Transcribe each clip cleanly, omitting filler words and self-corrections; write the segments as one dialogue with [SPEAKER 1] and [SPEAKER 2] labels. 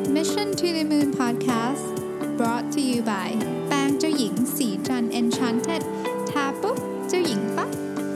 [SPEAKER 1] Mission to the Moon Podcast brought to you by แป้งเจ้าหญิงสีจัน Enchanted ทาปุ๊บเจ้าหญิงปั๊บ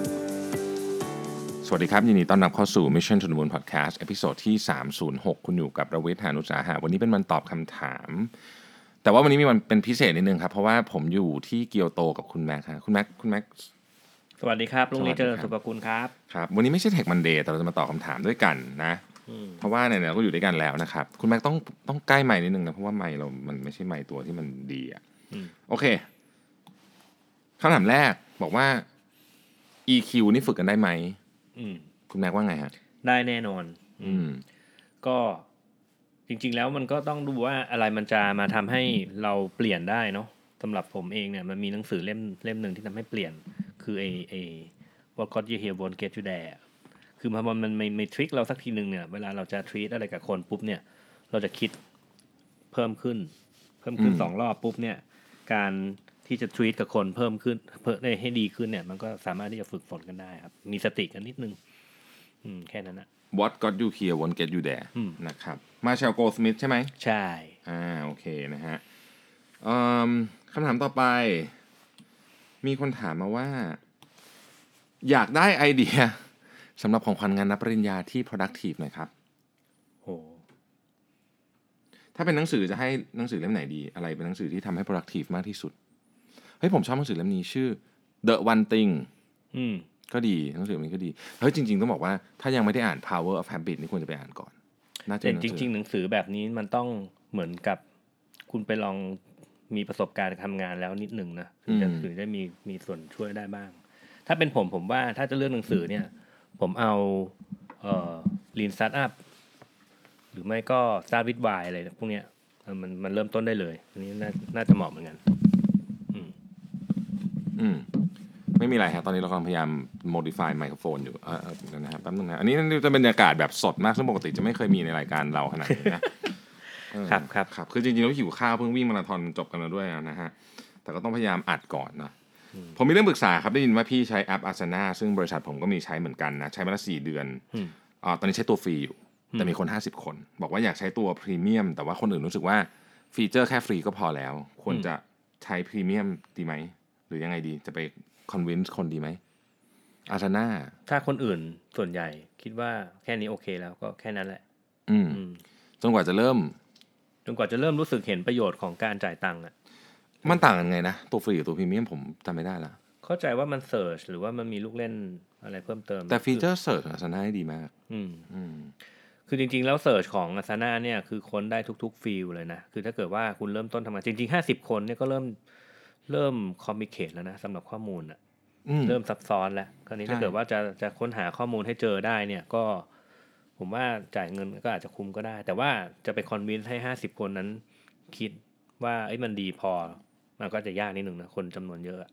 [SPEAKER 2] สวัสดีครับยินดีต้อนรับเข้าสู่ Mission to the Moon Podcast เอพิโซดที่306คุณอยู่กับรวิทย์ หาญอุตสาหะวันนี้เป็นวันตอบคำถามแต่ว่าวันนี้มีวันเป็นพิเศษนิดนึงครับเพราะว่าผมอยู่ที่เกียวโตกับคุณแม็กครับคุณแม็ก
[SPEAKER 3] สวัสดีครับลุงนี้เจริญสุภกุลครับ
[SPEAKER 2] ครับวันนี้ไม่ใช่ Tech Monday แต่เราจะมาตอบคำถามด้วยกันนะเพราะว่าไหนๆเราก็อยู่ด้วยกันแล้วนะครับคุณแม็กต้องใกล้ไมค์นิดนึงนะเพราะว่าไมค์เรามันไม่ใช่ไมค์ตัวที่มันดีอ่ะโอเคคำถามแรกบอกว่า EQ นี่ฝึกกันได้ไหมคุณแม็กว่าไงฮะ
[SPEAKER 3] ได้แน่นอนก็จริงๆแล้วมันก็ต้องดูว่าอะไรมันจะมาทำให้เราเปลี่ยนได้เนาะสำหรับผมเองเนี่ยมันมีหนังสือเล่มหนึ่งที่ทำให้เปลี่ยนคือไอ้ What got you here won't get you there คือมันไม่ทริคเราสักทีนึงเนี่ยเวลาเราจะ treat อะไรกับคนปุ๊บเนี่ยเราจะคิดเพิ่มขึ้น2รอบปุ๊บเนี่ยการที่จะ treat กับคนเพิ่มขึ้นได้ให้ดีขึ้นเนี่ยมันก็สามารถที่จะฝึกฝนกันได้ครับมีสติกันนิดนึงแค่นั้นนะ
[SPEAKER 2] What got you here won't get you there นะครับมาเชลโกลสมิธใช่ไหม
[SPEAKER 3] ใช่
[SPEAKER 2] โอเคนะฮะคำถามต่อไปมีคนถามมาว่าอยากได้ไอเดียสำหรับของขวัญงานรับปริญญาที่ productive หน่อยครับ
[SPEAKER 3] โอ้
[SPEAKER 2] ถ้าเป็นหนังสือจะให้หนังสือเล่มไหนดีอะไรเป็นหนังสือที่ทำให้ productive มากที่สุดเฮ้ยผมชอบหนังสือเล่มนี้ชื่อ The One Thing ก็ดีหนังสือมันก็ดีเฮ้ยจริงๆต้องบอกว่าถ้ายังไม่ได้อ่าน Power of Habit นี่ควรจะไปอ่านก่อน
[SPEAKER 3] น่าจะจริงๆหนังสือแบบนี้มันต้องเหมือนกับคุณไปลองมีประสบการณ์ทำงานแล้วนิดนึงนะถึงได้มีส่วนช่วยได้บ้างถ้าเป็นผมว่าถ้าจะเลือกหนังสือเนี่ยผมเอาLean Startup หรือไม่ก็ Start with Why อะไรพวกเนี้ยมันเริ่มต้นได้เลยอันนี้น่าจะเหมาะเหมือนกัน
[SPEAKER 2] ไม่มีอะไรครับตอนนี้เรากำลังพยายาม modify ไมโครโฟนอยู่นะครับแป๊บนึงนะอันนี้จะเป็นบรรยากาศแบบสดมากซึ่งปกติจะไม่เคยมีในรายการเราขนาดนี้นะครับคือจริงๆแล้วหิวข้าวเพิ่งวิ่งมาราธอนจบกันแล้วด้วยนะฮะแต่ก็ต้องพยายามอัดก่อนนะผมมีเรื่องปรึกษาครับได้ยินว่าพี่ใช้แอป Asana ซึ่งบริษัทผมก็มีใช้เหมือนกันนะใช้มาแล้ว4 เดือนตอนนี้ใช้ตัวฟรีอยู่แต่มีคน50 คนบอกว่าอยากใช้ตัวพรีเมียมแต่ว่าคนอื่นรู้สึกว่าฟีเจอร์แค่ฟรีก็พอแล้วควรจะใช้พรีเมียมดีไหมหรือยังไงดีจะไปconvince คนดีไหม Asana
[SPEAKER 3] ถ้าคนอื่นส่วนใหญ่คิดว่าแค่นี้โอเคแล้วก็แค่นั้นแหละ
[SPEAKER 2] จนกว่าจะเริ่ม
[SPEAKER 3] รู้สึกเห็นประโยชน์ของการจ่ายตังค์อ่ะ
[SPEAKER 2] มันต่างกันไงนะตัวฟรีกับตัวพรีเมียมผมจำไม่ได้ละ
[SPEAKER 3] เข้าใจว่ามันเสิร์ชหรือว่ามันมีลูกเล่นอะไรเพิ่มเติม
[SPEAKER 2] แต่ฟีเจอร์เสิร์ชของ Asana ดีมาก
[SPEAKER 3] คือจริงๆแล้วเสิร์ชของ Asana เนี่ยคือค้นได้ทุกๆฟีลเลยนะคือถ้าเกิดว่าคุณเริ่มต้นทำงานจริงๆ50 คนเนี่ยก็เริ่มคอมมิเคทแล้วนะสำหรับข้อมูลเริ่มซับซ้อนแล้วคราวนี้ถ้าเกิดว่าจะค้นหาข้อมูลให้เจอได้เนี่ยก็ผมว่าจ่ายเงินก็อาจจะคุ้มก็ได้แต่ว่าจะไปคอนวินส์ให้50 คนนั้นคิดว่ามันดีพอมันก็จะยากนิดนึงนะคนจำนวนเยอะ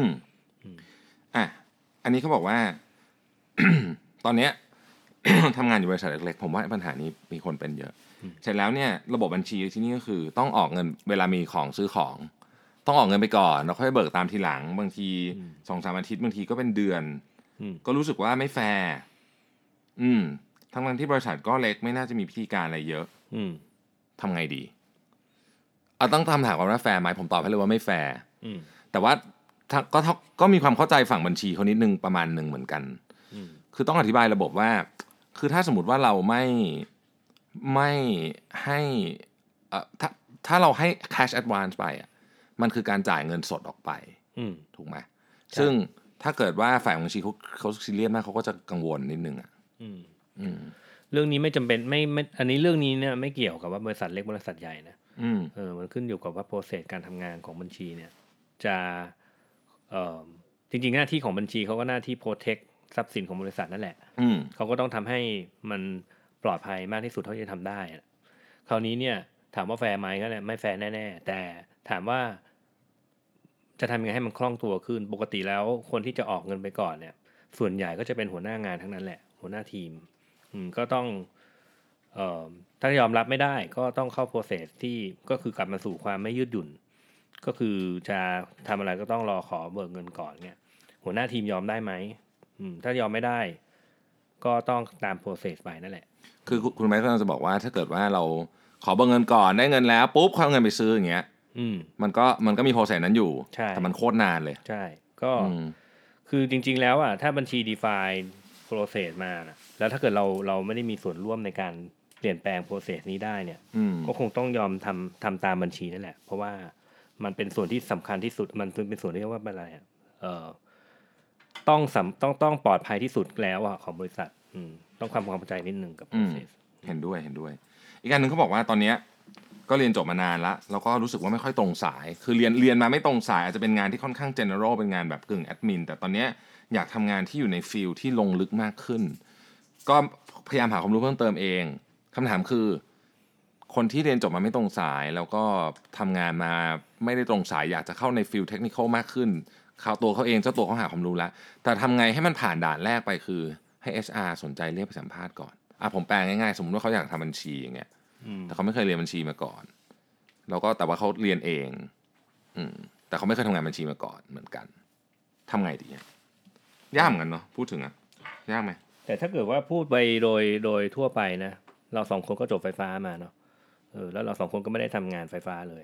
[SPEAKER 2] อันนี้เขาบอกว่า ตอนเนี้ย ทำงานอยู่บริษัทเล็กๆผมว่าปัญหานี้มีคนเป็นเยอะเสร็จแล้วเนี่ยระบบบัญชีที่นี่ก็คือต้องออกเงินเวลามีของซื้อของต้องออกเงินไปก่อนแล้วค่อยเบิกตามทีหลังบางที 2-3 อาทิตย์บางทีก็เป็นเดือนก็รู้สึกว่าไม่แฟร์ทั้งที่บริษัทก็เล็กไม่น่าจะมีพิธีการอะไรเยอะทำไงดีต้องถามว่าแฟร์ไหมผมตอบให้เลยว่าไม่แฟร์แต่ว่าก็มีความเข้าใจฝั่งบัญชีเขานิดนึงประมาณนึงเหมือนกันคือต้องอธิบายระบบว่าคือถ้าสมมติว่าเราไม่ให้ถ้าเราให้ cash advance ไปมันคือการจ่ายเงินสดออกไปถูกไหมซึ่งถ้าเกิดว่าฝ่ายบัญชีเขาซีเรียสมากเขาก็จะกังวลนิดนึง
[SPEAKER 3] เรื่องนี้ไม่จำเป็นไม่อันนี้เรื่องนี้เนี่ยไม่เกี่ยวกับว่าบริษัทเล็กบริษัทใหญ่นะมันขึ้นอยู่กับว่าโปรเซสการทำงานของบัญชีเนี่ยจะจริงๆหน้าที่ของบัญชีเขาก็หน้าที่โปรเทคทรัพย์สินของบริษัทนั่นแหละเขาก็ต้องทำให้มันปลอดภัยมากที่สุดเท่าที่จะทำได้คราวนี้เนี่ยถามว่าแฟร์ไหมก็เนี่ยไม่แฟร์แน่ๆแต่ถามว่าจะทำยังไงให้มันคล่องตัวขึ้นปกติแล้วคนที่จะออกเงินไปก่อนเนี่ยส่วนใหญ่ก็จะเป็นหัวหน้างานทั้งนั้นแหละหัวหน้าทีมก็ต้องถ้ายอมรับไม่ได้ก็ต้องเข้าโปรเซสที่ก็คือกลับมาสู่ความไม่ยืดหยุ่นก็คือจะทำอะไรก็ต้องรอขอเบิกเงินก่อนเนี่ยหัวหน้าทีมยอมได้ไหมถ้ายอมไม่ได้ก็ต้องตามโปรเซสไปนั่นแหละ
[SPEAKER 2] คือคุณไมค์กำลังจะบอกว่าถ้าเกิดว่าเราขอเบิกเงินก่อนได้เงินแล้วปุ๊บค่อยเอาเงินไปซื้ออย่างเงี้ยมันก็มีโปรเซสนั้นอยู่แต่มันโคตรนานเลย
[SPEAKER 3] ใช่ก็คือจริงๆแล้วอ่ะถ้าบัญชี DeFi process มานะแล้วถ้าเกิดเราไม่ได้มีส่วนร่วมในการเปลี่ยนแปลง process นี้ได้เนี่ยก็คงต้องยอมทำตามบัญชีนั่นแหละเพราะว่ามันเป็นส่วนที่สำคัญที่สุดมันเป็นส่วนที่เรียกว่าอะไรต้องปลอดภัยที่สุดแล้วอ่ะของบริษัทต้องความเข้าใจนิดนึงกับ process
[SPEAKER 2] เห็นด้วยอีกอันนึงเขาบอกว่าตอนเนี้ยก็เรียนจบมานานละแล้วก็รู้สึกว่าไม่ค่อยตรงสายคือเรียนมาไม่ตรงสายอาจจะเป็นงานที่ค่อนข้าง general เป็นงานแบบกึ่งแอดมินแต่ตอนเนี้ยอยากทำงานที่อยู่ในฟีลที่ลงลึกมากขึ้นก็พยายามหาความรู้เพิ่มเติมเองคำถามคือคนที่เรียนจบมาไม่ตรงสายแล้วก็ทำงานมาไม่ได้ตรงสายอยากจะเข้าในฟีลเทคนิคอลมากขึ้นเขาเองเจ้าตัวเขาหาความรู้แล้วแต่ทำไงให้มันผ่านด่านแรกไปคือให้ HR สนใจเรียกไปสัมภาษณ์ก่อนผมแปลง่ายๆสมมติว่าเขาอยากทำบัญชีอย่างเงี้ยแต่เขาไม่เคยเรียนบัญชีมาก่อนแล้วก็แต่ว่าเขาเรียนเองแต่เขาไม่เคยทำงานบัญชีมาก่อนเหมือนกันทำไงดียากเหมือนกันเนาะพูดถึงยากไหม
[SPEAKER 3] แต่ถ้าเกิดว่าพูดไปโดยทั่วไปนะเราสองคนก็จบไฟฟ้ามาเนาะแล้วเราสองคนก็ไม่ได้ทำงานไฟฟ้าเลย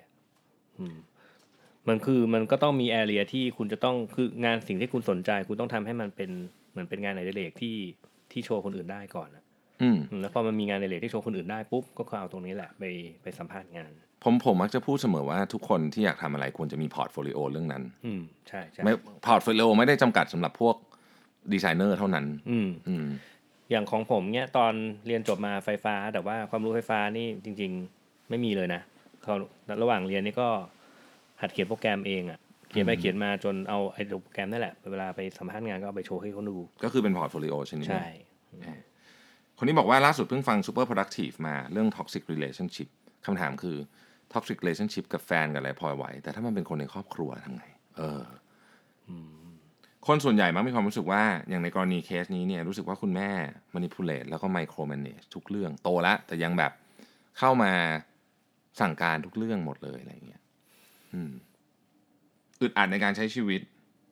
[SPEAKER 3] มันก็ต้องมีแอเรียที่คุณจะต้องคืองานสิ่งที่คุณสนใจคุณต้องทำให้มันเป็นเหมือนเป็นงานอดิเรกที่โชว์คนอื่นได้ก่อนแล้วพอมันมีงานอดิเรกที่โชว์คนอื่นได้ปุ๊บก็เอาตรงนี้แหละไปสัมภาษณ์งาน
[SPEAKER 2] ผมมักจะพูดเสมอว่าทุกคนที่อยากทำอะไรควรจะมีพอร์ตโฟลิโอเรื่องนั้น
[SPEAKER 3] ใช่
[SPEAKER 2] ไม่พอร์ตโฟลิโอไม่ได้จำกัดสำหรับพวกดีไซเนอร์เท่านั้น
[SPEAKER 3] อย่างของผมเนี่ยตอนเรียนจบมาไฟฟ้าแต่ว่าความรู้ไฟฟ้านี่จริงๆไม่มีเลยนะระหว่างเรียนนี่ก็หัดเขียนโปรแกรมเองอ่ะเขียนไปเขียนมาจนเอาไอ้โปรแกรมนั่นแหละเวลาไปสัมภาษณ์งานก็เอาไปโชว์ให้เขาดู
[SPEAKER 2] ก็คือเป็นพอร์ตโฟลิโอชนิดนึง
[SPEAKER 3] ใช่
[SPEAKER 2] คนนี้บอกว่าล่าสุดเพิ่งฟัง Super Productive มาเรื่อง Toxic Relationship คำถามคือ Toxic Relationship กับแฟนกับอะไรพอไหวแต่ถ้ามันเป็นคนในครอบครัวทำไงคนส่วนใหญ่มักมีความรู้สึกว่าอย่างในกรณีเคสนี้เนี่ยรู้สึกว่าคุณแม่ manipulate แล้วก็ micromanage ทุกเรื่องโตแล้วแต่ยังแบบเข้ามาสั่งการทุกเรื่องหมดเลยอะไรอย่างเงี้ยอึดอัดในการใช้ชีวิต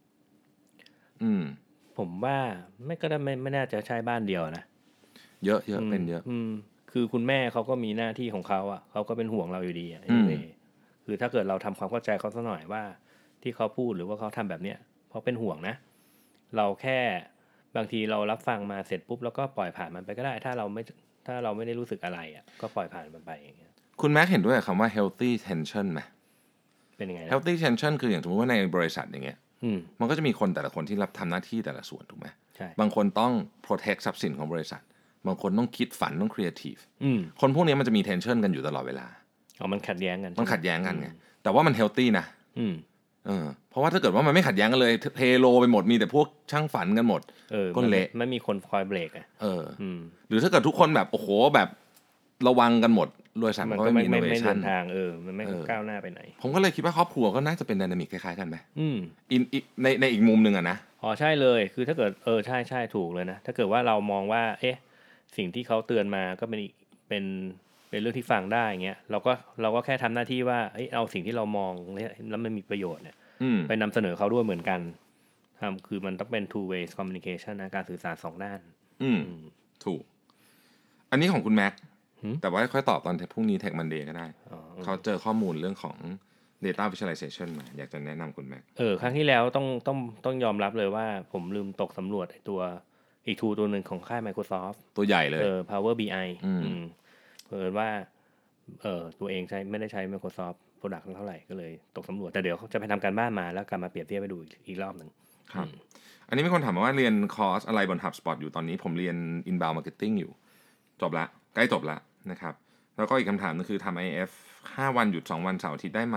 [SPEAKER 3] ผมว่าไม่น่าจะใช้บ้านเดียวนะ
[SPEAKER 2] เยอะเป็นเยอะ
[SPEAKER 3] คือคุณแม่เขาก็มีหน้าที่ของเขาอ่ะเขาก็เป็นห่วงเราอยู่ดีอ่ะคือถ้าเกิดเราทำความเข้าใจเขาสักหน่อยว่าที่เขาพูดหรือว่าเขาทำแบบเนี้ยเพราะเป็นห่วงนะเราแค่บางทีเรารับฟังมาเสร็จปุ๊บแล้วก็ปล่อยผ่านมันไปก็ได้ถ้าเราไม่ได้รู้สึกอะไรอ่ะก็ปล่อยผ่านมันไปอย่างเงี้ย
[SPEAKER 2] คุณแม็กเห็นด้วยกับคำว่า healthy tension ไหม
[SPEAKER 3] เป็นยังไง
[SPEAKER 2] healthy tension คืออย่างสมมติว่าในบริษัทอย่างเงี้ยมันก็จะมีคนแต่ละคนที่รับทำหน้าที่แต่ละส่วนถูกไหมบางคนต้อง protect ทรัพย์สินของบริษัทบางคนต้องคิดฝันต้อง creative คนพวกนี้มันจะมี tension กันอยู่ตลอดเวลา
[SPEAKER 3] มันขัดแย้งกัน
[SPEAKER 2] มันขัดแย้งกันไงแต่ว่ามัน healthy นะเพราะว่าถ้าเกิดว่ามันไม่ขัดแย้งกันเลยเทโลไปหมดมีแต่พวกช่างฝันกันหมด
[SPEAKER 3] ก็เละไม่มีคนคอยเบรก
[SPEAKER 2] หรือถ้าเกิดทุกคนแบบโอ้โหแบบระวังกันหมดบริษัทมันก็ไม่มี
[SPEAKER 3] innovation ทางมันไม่ก้าวหน้าไปไหน
[SPEAKER 2] ผมก็เลยคิดว่าครอบครัวก็น่าจะเป็นไดนามิกคล้ายๆกันไหมในอีกมุมนึงอะนะ
[SPEAKER 3] ใช่เลยคือถ้าเกิดใช่ถูกเลยนะถ้าเกิดว่าเรามองว่าสิ่งที่เขาเตือนมาก็เป็นเรื่องที่ฟังได้อย่างเงี้ยเราก็แค่ทำหน้าที่ว่าเอาสิ่งที่เรามองแล้วมันมีประโยชน์เนี่ยไปนำเสนอเขาด้วยเหมือนกันคือมันต้องเป็น two way communication นะการสื่อสารสองด้าน
[SPEAKER 2] ถูกอันนี้ของคุณแม็กแต่ว่าค่อยตอบตอนพรุ่งนี้ Tech Monday ก็ได้เขาเจอข้อมูลเรื่องของ data visualization มาอยากจะแนะนำคุณแม็ก
[SPEAKER 3] ครั้งที่แล้วต้องยอมรับเลยว่าผมลืมตกสำรวจตัวอีก tool ตัวหนึ่งของค่าย Microsoft
[SPEAKER 2] ตัวใหญ่เลย
[SPEAKER 3] Power BI เผอิญว่าตัวเองไม่ได้ใช้ Microsoft Product เท่าไหร่ก็เลยตกสำรวจแต่เดี๋ยวจะไปทำการบ้านมาแล้วกลับมาเปรียบเทียบไปดูอีกรอบนึง
[SPEAKER 2] ครับอันนี้มีคนถามมาว่าเรียนคอร์สอะไรบน HubSpot อยู่ตอนนี้ผมเรียน Inbound Marketing อยู่จบละใกล้จบละนะครับแล้วก็อีกคำถามนึงคือทำ IF 5 วันหยุด2 วันเสาร์อาทิตย์ได้ไหม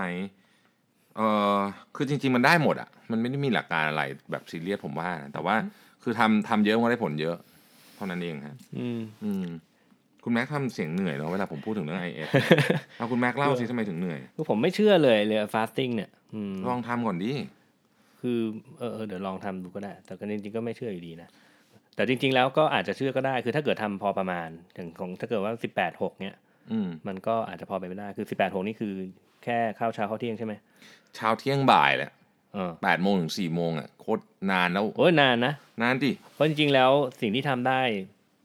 [SPEAKER 2] คือจริงๆมันได้หมดอ่ะมันไม่ได้มีหลักการอะไรแบบซีเรียสผมว่าแต่ว่าคือทำเยอะมันก็ได้ผลเยอะเท่านั้นเองครับคุณแม็กทำเสียงเหนื่อยเนาะเวลาผมพูดถึงเรื่อง IF เอาคุณแม็กเล่าสิทำไมถึงเหนื่อย
[SPEAKER 3] คือผมไม่เชื่อเลยfasting เนี่ย
[SPEAKER 2] ลองทำก่อนดิ
[SPEAKER 3] คือเดี๋ยวลองทำดูก็ได้แต่ก็จริงๆก็ไม่เชื่ออยู่ดีนะแต่จริงๆแล้วก็อาจจะเชื่อก็ได้คือถ้าเกิดทำพอประมาณอย่างของถ้าเกิดว่า 18-6 เนี่ยมันก็อาจจะพอไปไม่ได้คือ 18-6 นี่คือแค่ข้าวเช้าข้าวเที่ยงใช่ไหม
[SPEAKER 2] เช้าเที่ยงบ่ายแหละ8 โมงถึง 4 โมงอ่ะโคตรนานแล้ว
[SPEAKER 3] นานนะ
[SPEAKER 2] นานดิ
[SPEAKER 3] เพราะจริงๆแล้วสิ่งที่ทำได้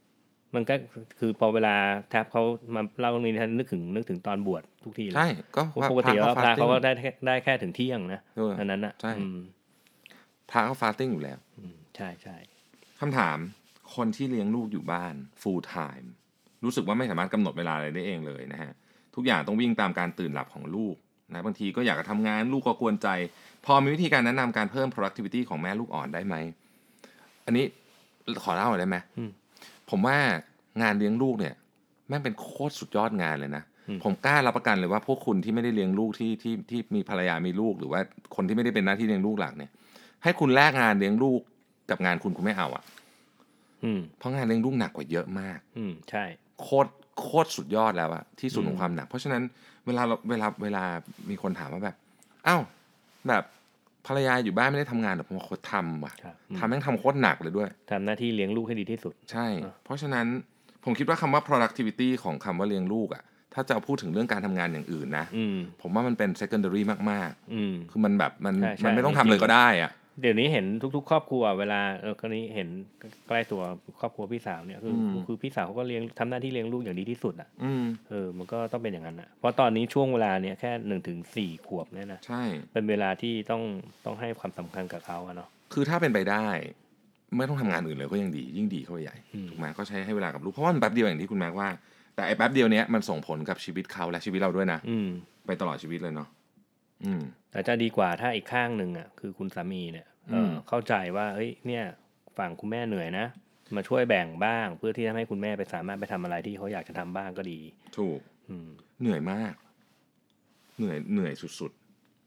[SPEAKER 3] มันก็คือพอเวลาแท็บเขามาเล่าตรงนี้นึกถึงตอนบวชทุกทีเลย
[SPEAKER 2] ใช่ก็
[SPEAKER 3] ปกติแล้วพระเขาก็ได้แค่ถึงเที่ยงนะอันนั้นน่ะ
[SPEAKER 2] ใช่พระเขาฟาสติ้งอยู่แล้ว
[SPEAKER 3] ใช่
[SPEAKER 2] คำถามคนที่เลี้ยงลูกอยู่บ้าน full time รู้สึกว่าไม่สามารถกำหนดเวลาอะไรได้เองเลยนะฮะทุกอย่างต้องวิ่งตามการตื่นหลับของลูกนะบางทีก็อยากจะทำงานลูกก็กวนใจพอมีวิธีการแนะนำการเพิ่ม productivity ของแม่ลูกอ่อนได้ไหมอันนี้ขอเล่าหน่อยได้ไหมผมว่างานเลี้ยงลูกเนี่ยแม่งเป็นโคตรสุดยอดงานเลยนะผมกล้ารับประกันเลยว่าพวกคุณที่ไม่ได้เลี้ยงลูกที่มีภรรยามีลูกหรือว่าคนที่ไม่ได้เป็นหน้าที่เลี้ยงลูกหลักเนี่ยให้คุณแลกงานเลี้ยงลูกกับงานคุณไม่เอาอ่ะเพราะงานเลี้ยงลูกหนักกว่าเยอะมาก
[SPEAKER 3] ใช่
[SPEAKER 2] โคตรสุดยอดแล้วอะที่สุดของความหนักเพราะฉะนั้นเวลามีคนถามว่าแบบอ้าวแบบภรรยาอยู่บ้านไม่ได้ทำงานหรอกผมโคตรทำว่ะทำแม่งทำโคตรหนักเลยด้วย
[SPEAKER 3] ทำหน้าที่เลี้ยงลูกให้ดีที่สุด
[SPEAKER 2] ใช่เพราะฉะนั้นผมคิดว่าคำว่า productivity ของคำว่าเลี้ยงลูกอะถ้าจะพูดถึงเรื่องการทำงานอย่างอื่นนะผมว่ามันเป็น secondary มากๆคือมันแบบมันไม่ต้องทำเลยก็ได้อะ
[SPEAKER 3] เดี๋ยวนี้เห็นทุกๆครอบครัวเวลาคราวนี้เห็นใกล้ตัวครอบครัวพี่สาวเนี่ยคือพี่สาวเขาก็เลี้ยงทำหน้าที่เลี้ยงลูกอย่างดีที่สุดอ่ะมันก็ต้องเป็นอย่างนั้นอ่ะเพราะตอนนี้ช่วงเวลาเนี่ยแค่1-4 ขวบเนี่ยนะ
[SPEAKER 2] ใช่
[SPEAKER 3] เป็นเวลาที่ต้องให้ความสำคัญกับเขาอะเนาะ
[SPEAKER 2] คือถ้าเป็นไปได้ไม่ต้องทำงานอื่นเลยก็ยังดียิ่งดีเข้าไปใหญ่ถูกไหมก็ใช้ให้เวลากับลูกเพราะว่ามันแป๊บเดียวอย่างที่คุณแม็กว่าแต่ไอ้แป๊บเดียวเนี้ยมันส่งผลกับชีวิตเขาและชีวิตเราด้วยนะไปตลอดชีวิตเลยเนาะ
[SPEAKER 3] แต่จะดีกว่าถ้าอีกข้างหนึ่งอ่ะคือคุณสามีเนี่ยเข้าใจว่าเฮ้ยเนี่ยฝั่งคุณแม่เหนื่อยนะมาช่วยแบ่งบ้างเพื่อที่จะให้คุณแม่ไปสามารถไปทำอะไรที่เขาอยากจะทำบ้างก็ดี
[SPEAKER 2] ถูกเหนื่อยมากเหนื่อยสุด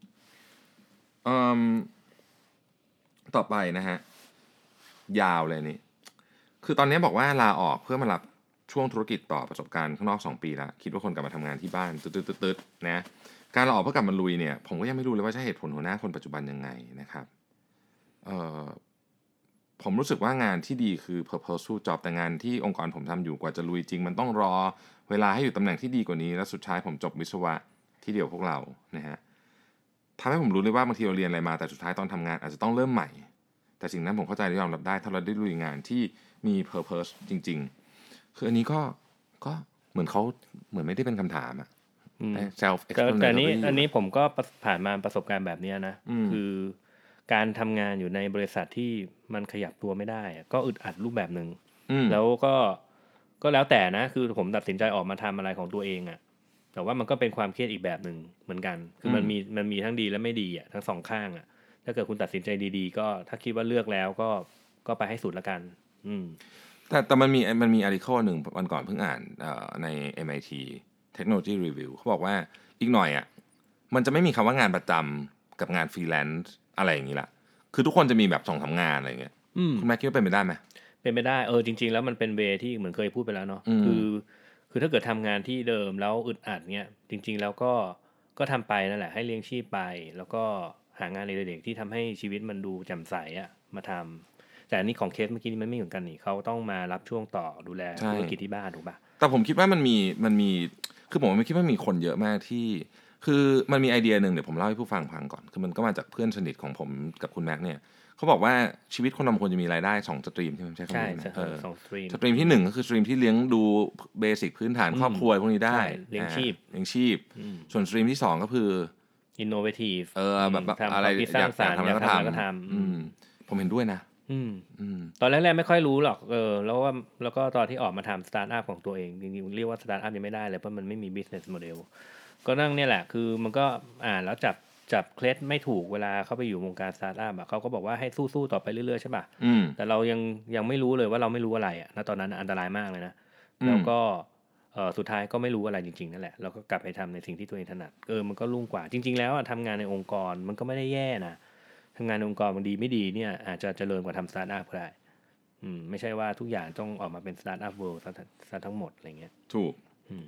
[SPEAKER 2] ๆต่อไปนะฮะยาวเลยนี่คือตอนนี้บอกว่าลาออกเพื่อมารับช่วงธุรกิจต่อประสบการณ์ข้างนอก2 ปีแล้วคิดว่าคนกลับมาทำงานที่บ้านตึ๊ดๆนะการลาออกเพื่อกลับมาลุยเนี่ยผมก็ยังไม่รู้เลยว่าใช่เหตุผลหัวหน้าคนปัจจุบันยังไงนะครับผมรู้สึกว่างานที่ดีคือ purposeful job แต่งานที่องค์กรผมทำอยู่กว่าจะลุยจริงมันต้องรอเวลาให้อยู่ตำแหน่งที่ดีกว่านี้แล้วสุดท้ายผมจบวิศวะที่เดียวพวกเรานะฮะทำให้ผมรู้เลยว่าบางทีเราเรียนอะไรมาแต่สุดท้ายตอนทำงานอาจจะต้องเริ่มใหม่แต่สิ่งนั้นผมเข้าใจและยอมรับได้ถ้าเราได้ลุยงานที่มี purpose จริงๆคืออันนี้ก็เหมือนเขาเหมือนไม่ได้เป็นคำถามอะself explanatory
[SPEAKER 3] แต่อันนี้ผมก็ผ่านมาประสบการณ์แบบนี้นะคือการทำงานอยู่ในบริษัทที่มันขยับตัวไม่ได้ก็อึดอัดรูปแบบนึงแล้วก็แล้วแต่นะคือผมตัดสินใจออกมาทำอะไรของตัวเองอ่ะแต่ว่ามันก็เป็นความเครียดอีกแบบนึงเหมือนกันคือมันมีทั้งดีและไม่ดีอ่ะทั้งสองข้างอ่ะถ้าเกิดคุณตัดสินใจดีๆก็ถ้าคิดว่าเลือกแล้วก็ไปให้สุดละกัน
[SPEAKER 2] แต่มันมี article นึงวันก่อนเพิ่งอ่านใน MIT Technology Review เขาบอกว่าอีกหน่อยอ่ะมันจะไม่มีคำว่างานประจำกับงานฟรีแลนซ์อะไรอย่างนี้ละคือทุกคนจะมีแบบ2-3 งานอะไรอย่างเงี้ยคุณแม่คิดว่าเป็นไปได้ไหม
[SPEAKER 3] เป็นไปได้จริงๆแล้วมันเป็นเวที่เหมือนเคยพูดไปแล้วเนาะคือถ้าเกิดทำงานที่เดิมแล้วอึดอัดเงี้ยจริงๆแล้วก็ทำไปนั่นแหละให้เลี้ยงชีพไปแล้วก็หางานในเด็กๆที่ทำให้ชีวิตมันดูแจ่มใสอ่ะมาทำแต่อันนี้ของเคสเมื่อกี้นี้มันไม่เหมือนกันนี่เขาต้องมารับช่วงต่อดูแลธุรกิจที่บ้านถูกป่ะ
[SPEAKER 2] แต่ผมคิดว่ามันมีคือผมไม่คิดว่ามีคนเยอะมากที่คือมันมีไอเดียหนึ่งเดี๋ยวผมเล่าให้ผู้ฟังก่อนคือมันก็มาจากเพื่อนสนิทของผมกับคุณแม็กเนี่ยเขาบอกว่าชีวิตคนเราควรจะมีรายได้2 สตรีมใช่ไหมใช่คำนี้
[SPEAKER 3] 2 สตรีม
[SPEAKER 2] สตรีมที่1ก็คือสตรีมที่เลี้ยงดูเบสิกพื้นฐานครอบครัวพวกนี้ได้
[SPEAKER 3] เลี้ยงชีพ
[SPEAKER 2] ส่วนสตรีมที่2ก็คือ
[SPEAKER 3] innovative
[SPEAKER 2] แบบอะไร
[SPEAKER 3] อยากทำแล้วก็ท
[SPEAKER 2] ำผมเห็นด้วยนะ
[SPEAKER 3] ตอนแรกๆไม่ค่อยรู้หรอกแล้วก็ตอนที่ออกมาทำสตาร์ทอัพของตัวเองจริงๆเรียกว่าสตาร์ทอัพยังไม่ได้เลยเพราะมันไม่มี business model ก็นั่งเนี่ยแหละคือมันก็อ่านแล้วจับเคล็ดไม่ถูกเวลาเข้าไปอยู่วงการสตาร์ทอัพเขาก็บอกว่าให้สู้ๆต่อไปเรื่อยๆใช่ป่ะแต่เรายังไม่รู้เลยว่าเราไม่รู้อะไรอ่ะณตอนนั้นอันตรายมากเลยนะแล้วก็สุดท้ายก็ไม่รู้อะไรจริงๆนั่นแหละเราก็กลับไปทำในสิ่งที่ตัวเองถนัดมันก็รุ่งกว่าจริงๆแล้วทำงานในองค์กรมันก็ไม่ได้แย่นะทำงานในองค์กรมันดีไม่ดีเนี่ยอาจจะเจริญกว่าทำสตาร์ทอัพก็ได้ไม่ใช่ว่าทุกอย่างต้องออกมาเป็นสตาร์ทอัพเวิลด์ซะทั้งหมดอะไรเงี้ย
[SPEAKER 2] ถูก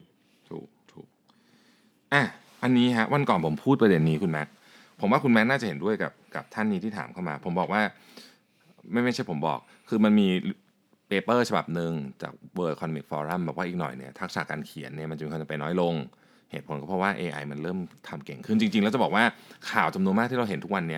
[SPEAKER 2] อันนี้ฮะวันก่อนผมพูดประเด็นนี้คุณแม็กผมว่าคุณแม็กน่าจะเห็นด้วยกับท่านนี้ที่ถามเข้ามาผมบอกว่าไม่ใช่ผมบอกคือมันมีเปเปอร์ฉบับนึงจาก World Economic Forum บอกว่าอีกหน่อยเนี่ยทักษะการเขียนเนี่ยมันจะมีความจำเป็นน้อยลงเหตุผลก็เพราะว่า AI มันเริ่มทำเก่งขึ้นจริงๆแล้วจะบอกว่าข่าวจำนวนมากที่เราเห็นทุกวันเนี่ย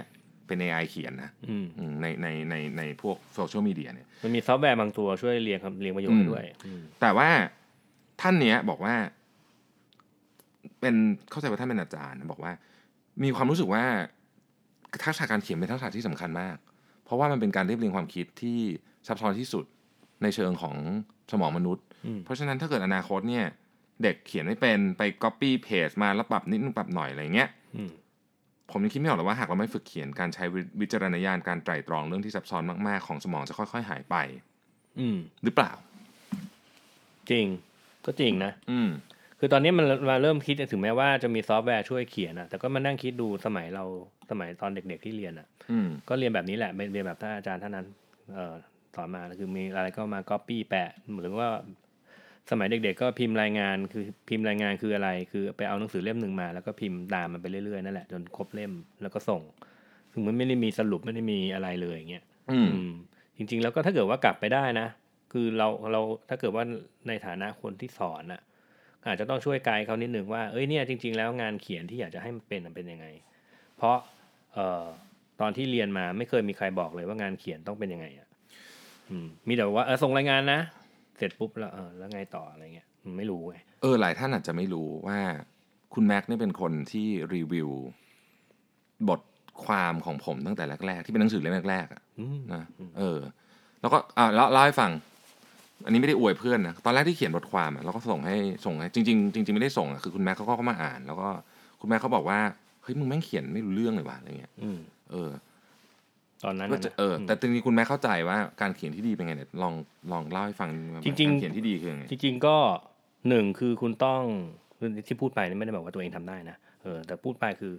[SPEAKER 2] เป็น AI เขียนนะในพวกโซเชียลมีเดียเนี่ย
[SPEAKER 3] มันมีซอฟต์แวร์บางตัวช่วยเรียงประโยคด้วย
[SPEAKER 2] แต่ว่าท่านเนี้ยบอกว่าเป็นเข้าใจว่าท่านเป็นอาจารย์บอกว่ามีความรู้สึกว่าทักษะการเขียนเป็นทักษะที่สำคัญมากเพราะว่ามันเป็นการเรียบเรียงความคิดที่ซับซ้อนที่สุดในเชิงของสมองมนุษย์เพราะฉะนั้นถ้าเกิดอนาคตเนี่ยเด็กเขียนไม่เป็นไป copy paste มาแล้วปรับนิดนึงปรับหน่อยอะไรเงี้ยผมยังคิดไม่ออกเลยว่าหากเราไม่ฝึกเขียนการใช้วิจารณญาณการไตร่ตรองเรื่องที่ซับซ้อนมากๆของสมองจะค่อยๆหายไปหรือเปล่า
[SPEAKER 3] จริงก็จริงนะคือตอนนี้มันมาเริ่มคิดถึงแม้ว่าจะมีซอฟต์แวร์ช่วยเขียนแต่ก็มานั่งคิดดูสมัยตอนเด็กๆที่เรียนก็เรียนแบบนี้แหละเรียนแบบท่านอาจารย์ท่านนั้นสอนมาคือมีอะไรก็มา copy แปะหรือว่าสมัยเด็กๆก็พิมพ์รายงานคืออะไรคือไปเอาหนังสือเล่มหนึ่งมาแล้วก็พิมพ์ตามมันไปเรื่อยๆนั่นแหละจนครบเล่มแล้วก็ส่งถึงมันไม่ได้มีสรุปไม่ได้มีอะไรเลยอย่างเงี้ยจริงๆแล้วก็ถ้าเกิดว่ากลับไปได้นะคือเราถ้าเกิดว่าในฐานะคนที่สอนอาจจะต้องช่วยไกด์เขานิดนึงว่าเนี่ยจริงๆแล้วงานเขียนที่อยากจะให้มันเป็นยังไงเพราะตอนที่เรียนมาไม่เคยมีใครบอกเลยว่างานเขียนต้องเป็นยังไงมีแต่ว่าส่งรายงานนะเสร็จปุ๊บแล้วไงต่ออะไรเงี้ยไม่รู้ไง
[SPEAKER 2] หลายท่านอาจจะไม่รู้ว่าคุณแม็กนี่เป็นคนที่รีวิวบทความของผมตั้งแต่แรกๆที่เป็นหนังสือเล่มแรกๆนะแล้วก็เล่าให้ฟังอันนี้ไม่ได้อวยเพื่อนนะตอนแรกที่เขียนบทความเราก็ส่งให้จริงๆไม่ได้ส่งคือคุณแม็กเขาก็มาอ่านแล้วก็คุณแม็กเขาบอกว่าเฮ้ยมึงแม่งเขียนไม่รู้เรื่องเลยว่ะอะไรเงี้ย
[SPEAKER 3] ตอนนั้น
[SPEAKER 2] แต่จริงๆคุณแม็กเข้าใจว่าการเขียนที่ดีเป็นไงเนี่ยลองเล่าให้ฟัง
[SPEAKER 3] จริง
[SPEAKER 2] ๆเขียนที่ดีคือไง
[SPEAKER 3] จริงๆก็1คือคุณต้องที่พูดไปไม่ได้บอกว่าตัวเองทำได้นะแต่พูดไปคือ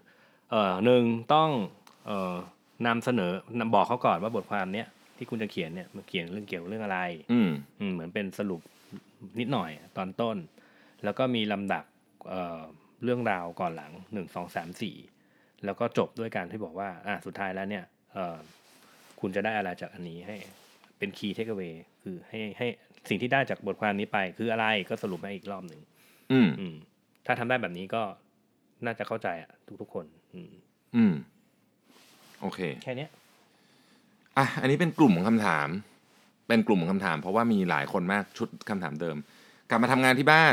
[SPEAKER 3] 1ต้องนำเสนอบอกเขาก่อนว่าบทความเนี้ยที่คุณจะเขียนเนี่ยมันเขียนเรื่องเกี่ยวเรื่องอะไรเหมือนเป็นสรุปนิดหน่อยตอนต้นแล้วก็มีลำดับเรื่องราวก่อนหลัง1 2 3 4แล้วก็จบด้วยการที่บอกว่าสุดท้ายแล้วเนี่ยคุณจะได้อะไรจากอันนี้ให้เป็น key takeaway คือให้สิ่งที่ได้จากบทความนี้ไปคืออะไรก็สรุปให้อีกรอบหนึ่งถ้าทำได้แบบนี้ก็น่าจะเข้าใจทุกๆคน
[SPEAKER 2] โอเค
[SPEAKER 3] แค่นี้
[SPEAKER 2] อันนี้เป็นกลุ่มของคำถามเพราะว่ามีหลายคนมากชุดคำถามเดิมกลับมาทำงานที่บ้าน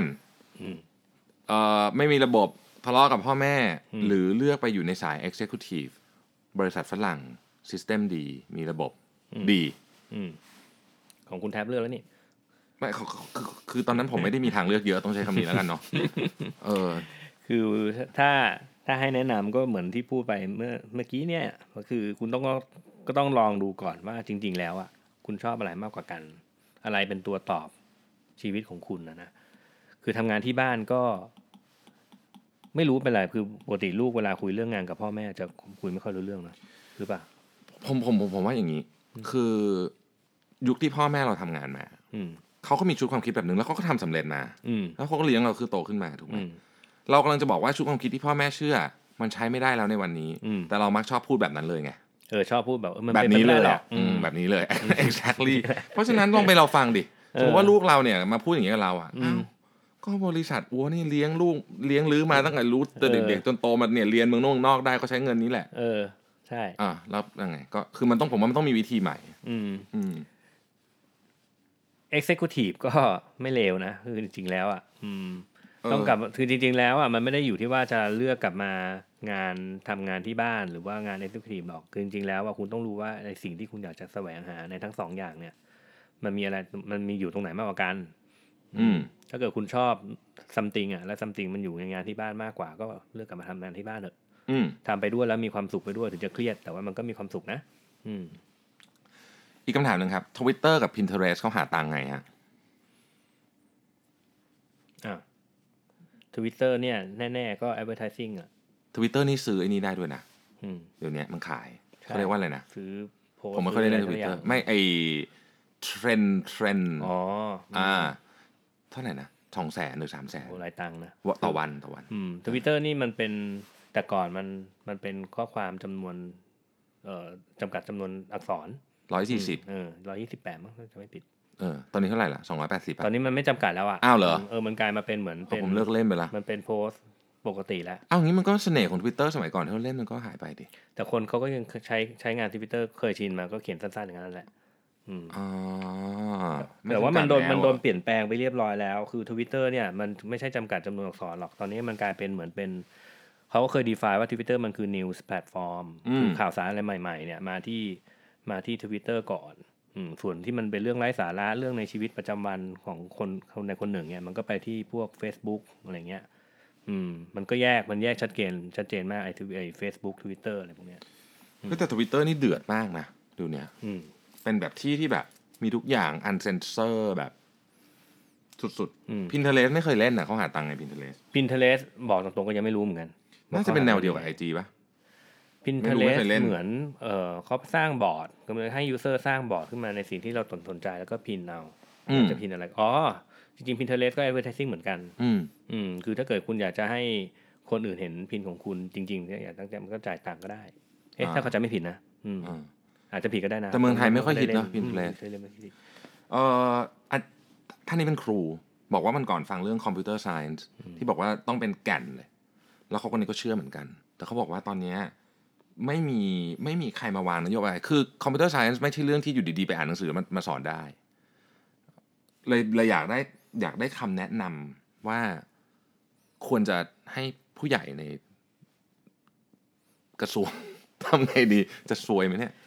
[SPEAKER 2] ไม่มีระบบทะเลาะกับพ่อแม่หรือเลือกไปอยู่ในสาย Executive บริษัทฝรั่ง System ดีมีระบบดี
[SPEAKER 3] ของคุณแท็บเลือกแล้วนี่
[SPEAKER 2] ไม่คือตอนนั้นผมไม่ได้มีทางเลือกเยอะต้องใช้คำนี้แล้วกันเนาะ
[SPEAKER 3] คือถ้าให้แนะนำก็เหมือนที่พูดไปเมื่อกี้เนี่ยก็คือคุณก็ต้องลองดูก่อนว่าจริงๆแล้วคุณชอบอะไรมากกว่ากันอะไรเป็นตัวตอบชีวิตของคุณนะคือทำงานที่บ้านก็ไม่รู้เป็นไรคือปกติลูกเวลาคุยเรื่องงานกับพ่อแม่จะคุยไม่ค่อยรู้เรื่องนะหรือเปล่า
[SPEAKER 2] ผมว่าอย่างนี้คือยุคที่พ่อแม่เราทำงานมาเขาก็มีชุดความคิดแบบนึงแล้วเขาก็ทำสำเร็จมาแล้วเขาก็เลี้ยงเราคือโตขึ้นมาถูกไหมเรากำลังจะบอกว่าชุดความคิดที่พ่อแม่เชื่อมันใช้ไม่ได้แล้วในวันนี้แต่เรามักชอบพูดแบบนั้นเลยไง
[SPEAKER 3] ชอบพูดแบบ
[SPEAKER 2] แบบนี้เลยแบบนี้เลย exactly เพราะฉะนั้นลองไปเราฟังดิสมมติว่าลูกเราเนี่ยมาพูดอย่างนี้กับเราก็บริษัทอัวนี่เลี้ยงลูกเลี้ยงลื้อมาตั้งแต่รู้แต่เด็กๆจนโตมาเนี่ยเรียนเมืองนอกได้ก็ใช้เงินนี้แหละ
[SPEAKER 3] ใช่
[SPEAKER 2] แล้วยังไงก็คือมันต้องผมว่ามันต้องมีวิธีใหม่
[SPEAKER 3] Executive ก็ไม่เลวนะคือจริงๆแล้วต้องกลับคือจริงๆแล้วมันไม่ได้อยู่ที่ว่าจะเลือกกลับมางานทำงานที่บ้านหรือว่างาน Executive หรอกคือจริงๆแล้วคุณต้องรู้ว่าในสิ่งที่คุณอยากจะแสวงหาในทั้งสองอย่างเนี่ยมันมีอะไรมันมีอยู่ตรงไหนมากกว่ากันถ้าเกิดคุณชอบ something และ something มันอยู่ในงานที่บ้านมากกว่าก็เลือกกลับมาทำงานที่บ้านเถอะทำไปด้วยแล้วมีความสุขไปด้วยถึงจะเครียดแต่ว่ามันก็มีความสุขนะ
[SPEAKER 2] อีกคำถามนึงครับ Twitter กับ Pinterest เขาหาตังค์ไงฮะ
[SPEAKER 3] Twitter เนี่ยแน่ๆก็ advertising
[SPEAKER 2] Twitter นี่ซื้อไอ้นี่ได้ด้วยนะเดี๋ยวนี้มันขายเขาเรียกว่าอะไรนะ
[SPEAKER 3] ซื้อโพส
[SPEAKER 2] ผมไม่ค่อยได้เล่น Twitter ไม่ไอ้เทรนเท่าไหร่นะ 200,000 หรือ 300,000
[SPEAKER 3] โอ้หลายตังค์นะ
[SPEAKER 2] ต่อวัน
[SPEAKER 3] Twitter นี่มันเป็นแต่ก่อนมันเป็นข้อความจำนวนจำกัดจำนวนอักษร
[SPEAKER 2] 140
[SPEAKER 3] 128มั้งจะไม่ผิด
[SPEAKER 2] ตอนนี้เท่าไหร่ล่ะ280
[SPEAKER 3] ตอนนี้มันไม่จำกัดแล้ว
[SPEAKER 2] อ้าวเหรอ
[SPEAKER 3] มันกลายมาเป็นเหมือนเป็น
[SPEAKER 2] ผมเลิกเล่นไปละ
[SPEAKER 3] มันเป็นโพสต์ปกติแล้ว
[SPEAKER 2] เอางี้มันก็เสน่ห์ของ Twitter สมัยก่อนที่เราเล่นมันก็หายไปดิ
[SPEAKER 3] แต่คนเขาก็ยังใช้งาน Twitter เคยชินมาก็เขียนสั้นๆอย่างนั้นแหละแต่ว่ามันโดนเปลี่ยนแปลงไปเรียบร้อยแล้วคือ Twitter เนี่ยมันไม่ใช่จำกัดจำนวนอักษรหรอกตอนนี้มันกลายเป็นเหมือนเป็นเขาก็เคย define ว่า Twitter มันคือ news platform คือข่าวสารอะไรใหม่ๆเนี่ยมาที่ Twitter ก่อนส่วนที่มันเป็นเรื่องไร้สาระเรื่องในชีวิตประจำวันของคนในคนหนึ่งเนี่ยมันก็ไปที่พวก Facebook อะไรเงี้ยมันก็แยกชัดเจนมากไอ้ Facebook Twitter อะไรพวกเนี้ย
[SPEAKER 2] แต่ Twitter นี่เดือดมากนะดูเนี่ยเป็นแบบที่แบบมีทุกอย่างอันเซนเซอร์แบบสุดๆ Pinterest ไม่เคยเล่นนะเขาหาตังค์ใน
[SPEAKER 3] Pinterest บอกตรงๆก็ยังไม่รู้เหมือนกัน
[SPEAKER 2] น่าจะเป็นแนวเดียวกับ IG ป่ะ
[SPEAKER 3] Pinterest เหมือนเขาสร้างบอร์ดก็คือให้ user สร้างบอร์ดขึ้นมาในสิ่งที่เราสนใจแล้วก็พินเอาจะพินอะไรจริงๆ Pinterest ก็ advertising เหมือนกันคือถ้าเกิดคุณอยากจะให้คนอื่นเห็นพินของคุณจริงๆเนี่ยอยากตั้งใจมันก็จ่ายตังค์ก็ได้ถ้าเขาจะไม่ผิดนะอาจจะผิดก็ได้นะ
[SPEAKER 2] แต่เมืองไทยไม่ค่อยคิดเนาะ Pinterest ท่านนี้เป็นครูบอกว่ามันก่อนฟังเรื่อง Computer Science ที่บอกว่าต้องเป็นแก่นเลยแล้วเขาคนนี้ก็เชื่อเหมือนกันแต่เขาบอกว่าตอนนี้ไม่มีใครมาวางนโยบายคือ Computer Science ไม่ใช่เรื่องที่อยู่ดีๆไปอ่านหนังสือมาสอนได้เลยอยากได้คำแนะนำว่าควรจะให้ผู้ใหญ่ในกระทรวงทำไงดีจะซวยไหมเนี่ย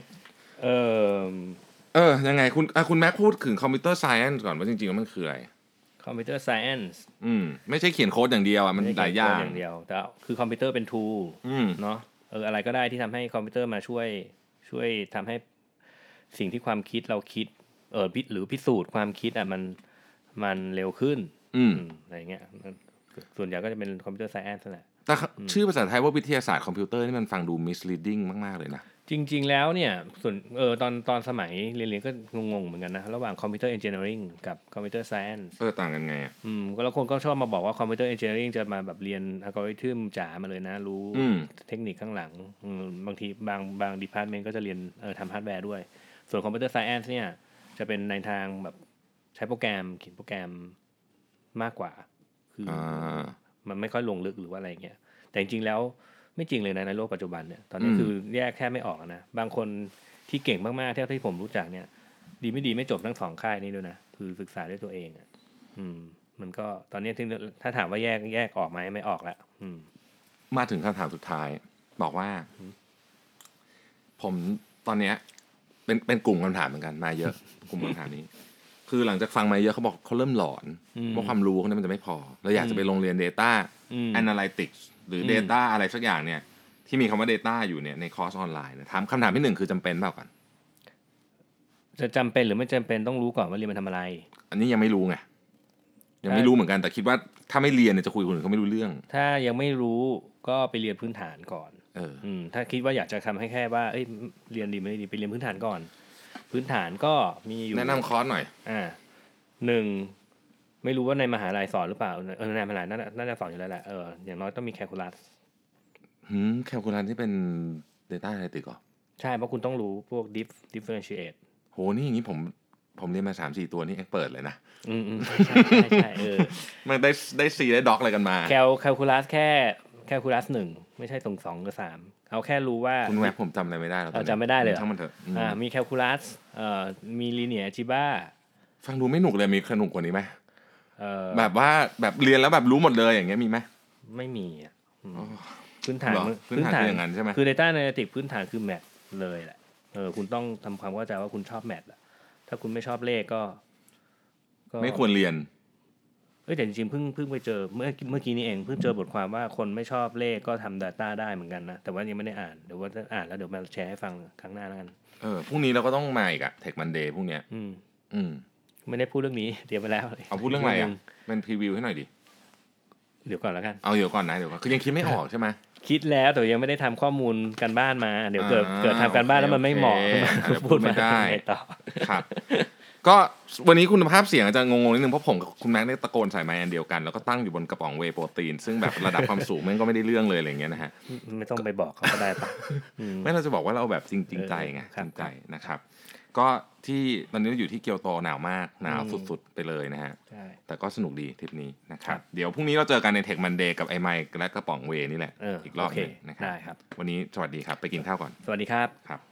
[SPEAKER 2] ยังไงคุณแม็กพูดถึง Computer Science ก่อนว่าจริงๆแล้วมันคืออะไร
[SPEAKER 3] Computer Science
[SPEAKER 2] ไม่ใช่เขียนโค้ดอย่างเดียวมันหลายอย่าง
[SPEAKER 3] แต่คือคอมพิวเตอร์เป็น tool เนาะอะไรก็ได้ที่ทำให้คอมพิวเตอร์มาช่วยทำให้สิ่งที่ความคิดเราคิดหรือพิสูจน์ความคิดมันเร็วขึ้นอะไรเงี้ยส่วนใหญ่ก็จะเป็นคอมพิวเตอร์ไซแอนซ์แหละ
[SPEAKER 2] แต่ชื่อภาษาไทยว่าวิทยาศาสตร์คอมพิวเตอร์นี่มันฟังดู misleading มากๆเลยนะ
[SPEAKER 3] จริงๆแล้วเนี่ยส่วนตอนสมัยเรียนก็งงๆเหมือนกันนะระหว่างคอมพิวเตอร์เอนจิเนียริงกับคอมพิวเตอร์ไซแอนซ์
[SPEAKER 2] ต่างกันไง
[SPEAKER 3] ก็แล้วคนก็ชอบมาบอกว่าคอมพิวเตอร์เอนจิเนียริงจะมาแบบเรียนอัลกอริทึมจ๋ามาเลยนะรู้เทคนิคข้างหลังบางทีบางดีพาร์ตเมนต์ก็จะเรียนทำฮาร์ดแวร์ด้วยส่วนคอมพิวเตอร์ไซแอนซ์เนี่ยจะเป็นในทางแบบใช้โปรแกรมเขียนโปรแกรมมากกว่าคือมันไม่ค่อยลงลึกหรือว่าอะไรเงี้ยแต่จริงๆแล้วไม่จริงเลยนะในโลกปัจจุบันเนี่ยตอนนี้คือแยกแค่ไม่ออกนะบางคนที่เก่งมากๆที่ผมรู้จักเนี่ยดีไม่ดีไม่จบทั้งสองค่ายนี้ด้วยนะคือศึกษาด้วยตัวเองมันก็ตอนนี้ถ้าถามว่าแยกออกไหมไม่ออกแล้ว
[SPEAKER 2] มาถึงคำถามสุดท้ายบอกว่าผมตอนนี้เป็นกลุ่มคำถามเหมือนกันมาเยอะ กลุ่มคำถามนี้คือหลังจากฟังมาเยอะเขาบอกเขาเริ่มหลอนว่าความรู้เขาเนี่ยมันจะไม่พอเราอยากจะไปโรงเรียน Data Analytics หรือ Data อะไรสักอย่างเนี่ยที่มีคำว่า Data อยู่เนี่ยในคอร์สออนไลน์นะถามคำถามที่1คือจำเป็นเปล่ากัน
[SPEAKER 3] จะจำเป็นหรือไม่จำเป็นต้องรู้ก่อนว่าเรียนมันทำอะไร
[SPEAKER 2] อันนี้ยังไม่รู้ไงยังไม่รู้เหมือนกันแต่คิดว่าถ้าไม่เรียนเนี่ยจะคุยกับคนอื่นเขาไม่รู้เรื่อง
[SPEAKER 3] ถ้ายังไม่รู้ก็ไปเรียนพื้นฐานก่อนถ้าคิดว่าอยากจะทำให้แค่ว่าเรียนดีไม่ดีไปเรียนพื้นฐานก่อนพื้นฐานก็มีอยู่
[SPEAKER 2] แนะนำคอร์สหน่อย
[SPEAKER 3] 1ไม่รู้ว่าในมหาลัยสอนหรือเปล่าในมหาลัยน่าจะสอนอยู่แล้วแหละอย่างน้อยต้องมีแคลคูลัส
[SPEAKER 2] แคลคูลัสที่เป็น Data Analytics เหรอ
[SPEAKER 3] ใช่เพราะคุณต้องรู้พวก differentiate
[SPEAKER 2] โหนี่อย่างนี้ผมเรียนมา 3-4 ตัวนี่expertเลยนะ
[SPEAKER 3] ใช่
[SPEAKER 2] มันได้ C ได้ Doc อะไรกันมา
[SPEAKER 3] แคลคูลัสแค่แคลคูลัส1ไม่ใช่ตรง2หรือ3เอาแค่รู้ว่า
[SPEAKER 2] คุณแม่ผมจำอะไรไม่ได้แล้ว
[SPEAKER 3] จำไม่ได้เลย
[SPEAKER 2] ช่างมันเถอะ
[SPEAKER 3] มีแคลคูลัสมี linear algebra
[SPEAKER 2] ฟังดูไม่หนุกเลยมีสนุกกว่านี้ไหมแบบว่าแบบเรียนแล้วแบบรู้หมดเลยอย่างเงี้ยมีไหม
[SPEAKER 3] ไม่มีพื้นฐาน
[SPEAKER 2] อย่างนั้นใช่ไหม
[SPEAKER 3] คือ Data Analytics พื้นฐานคือแมทเลยแหละคุณต้องทำความเข้าใจว่าคุณชอบแมทถ้าคุณไม่ชอบเลขก็
[SPEAKER 2] ไม่ควรเรียน
[SPEAKER 3] แต่จริงๆเพิ่งไปเจอเมื่อกี้นี้เองเพิ่งเจอบทความว่าคนไม่ชอบเลขก็ทำ Data ได้เหมือนกันนะแต่ว่ายังไม่ได้อ่านเดี๋ยวว่าอ่านแล้วเดี๋ยวมาแชร์ให้ฟังครั้งหน้าแล้วกัน
[SPEAKER 2] พรุ่งนี้เราก็ต้องมาอีกอะ Tech Monday พรุ่งนี้
[SPEAKER 3] ไม่ได้พูดเรื่องนี้เตรียมไปแล้ว
[SPEAKER 2] เอาพูดเรื่องอะไรอ่ะเป็นพรีวิวให้หน่อยดิ
[SPEAKER 3] เดี๋ยวก่อนแล้วกัน
[SPEAKER 2] เอาเดี๋ยวก่อนนะคือยังคิดไม่ออกใช่ไหม
[SPEAKER 3] คิดแล้วแต่ยังไม่ได้ทำข้อมูลกันบ้านมาเดี๋ยวเกิดทำกันบ้านแล้วมันไม่เหมาะ
[SPEAKER 2] พูดไม่ได้
[SPEAKER 3] ต่อ
[SPEAKER 2] ครับก็วันนี้คุณภาพเสียงอาจจะงงๆนิดนึงเพราะผมกับคุณแม็กซ์ได้ตะโกนใส่ไมค์อันเดียวกันแล้วก็ตั้งอยู่บนกระป๋องเวย์โปรตีนซึ่งแบบระดับความสูงมันก็ไม่ได้เรื่องเลยอะไรเงี้ยนะฮะ
[SPEAKER 3] ไม่ต้องไปบอกเขาก็ได้ปะ
[SPEAKER 2] ไม่เราจะบอกว่าเราแบบจริงใจไงจริงใจนะครับก็ที่ตอนนี้เราอยู่ที่เกียวโตหนาวมากหนาวสุดๆไปเลยนะฮะแต่ก็สนุกดีทริปนี้นะครับเดี๋ยวพรุ่งนี้เราเจอกันใน Tech Monday กับไอ้ไมค์และกระป๋องเวนี่แหละอีกรอบนึงนะครับวันนี้สวัสดีครับไปกินข้าวก่อน
[SPEAKER 3] สวัสดีครับ
[SPEAKER 2] ครับ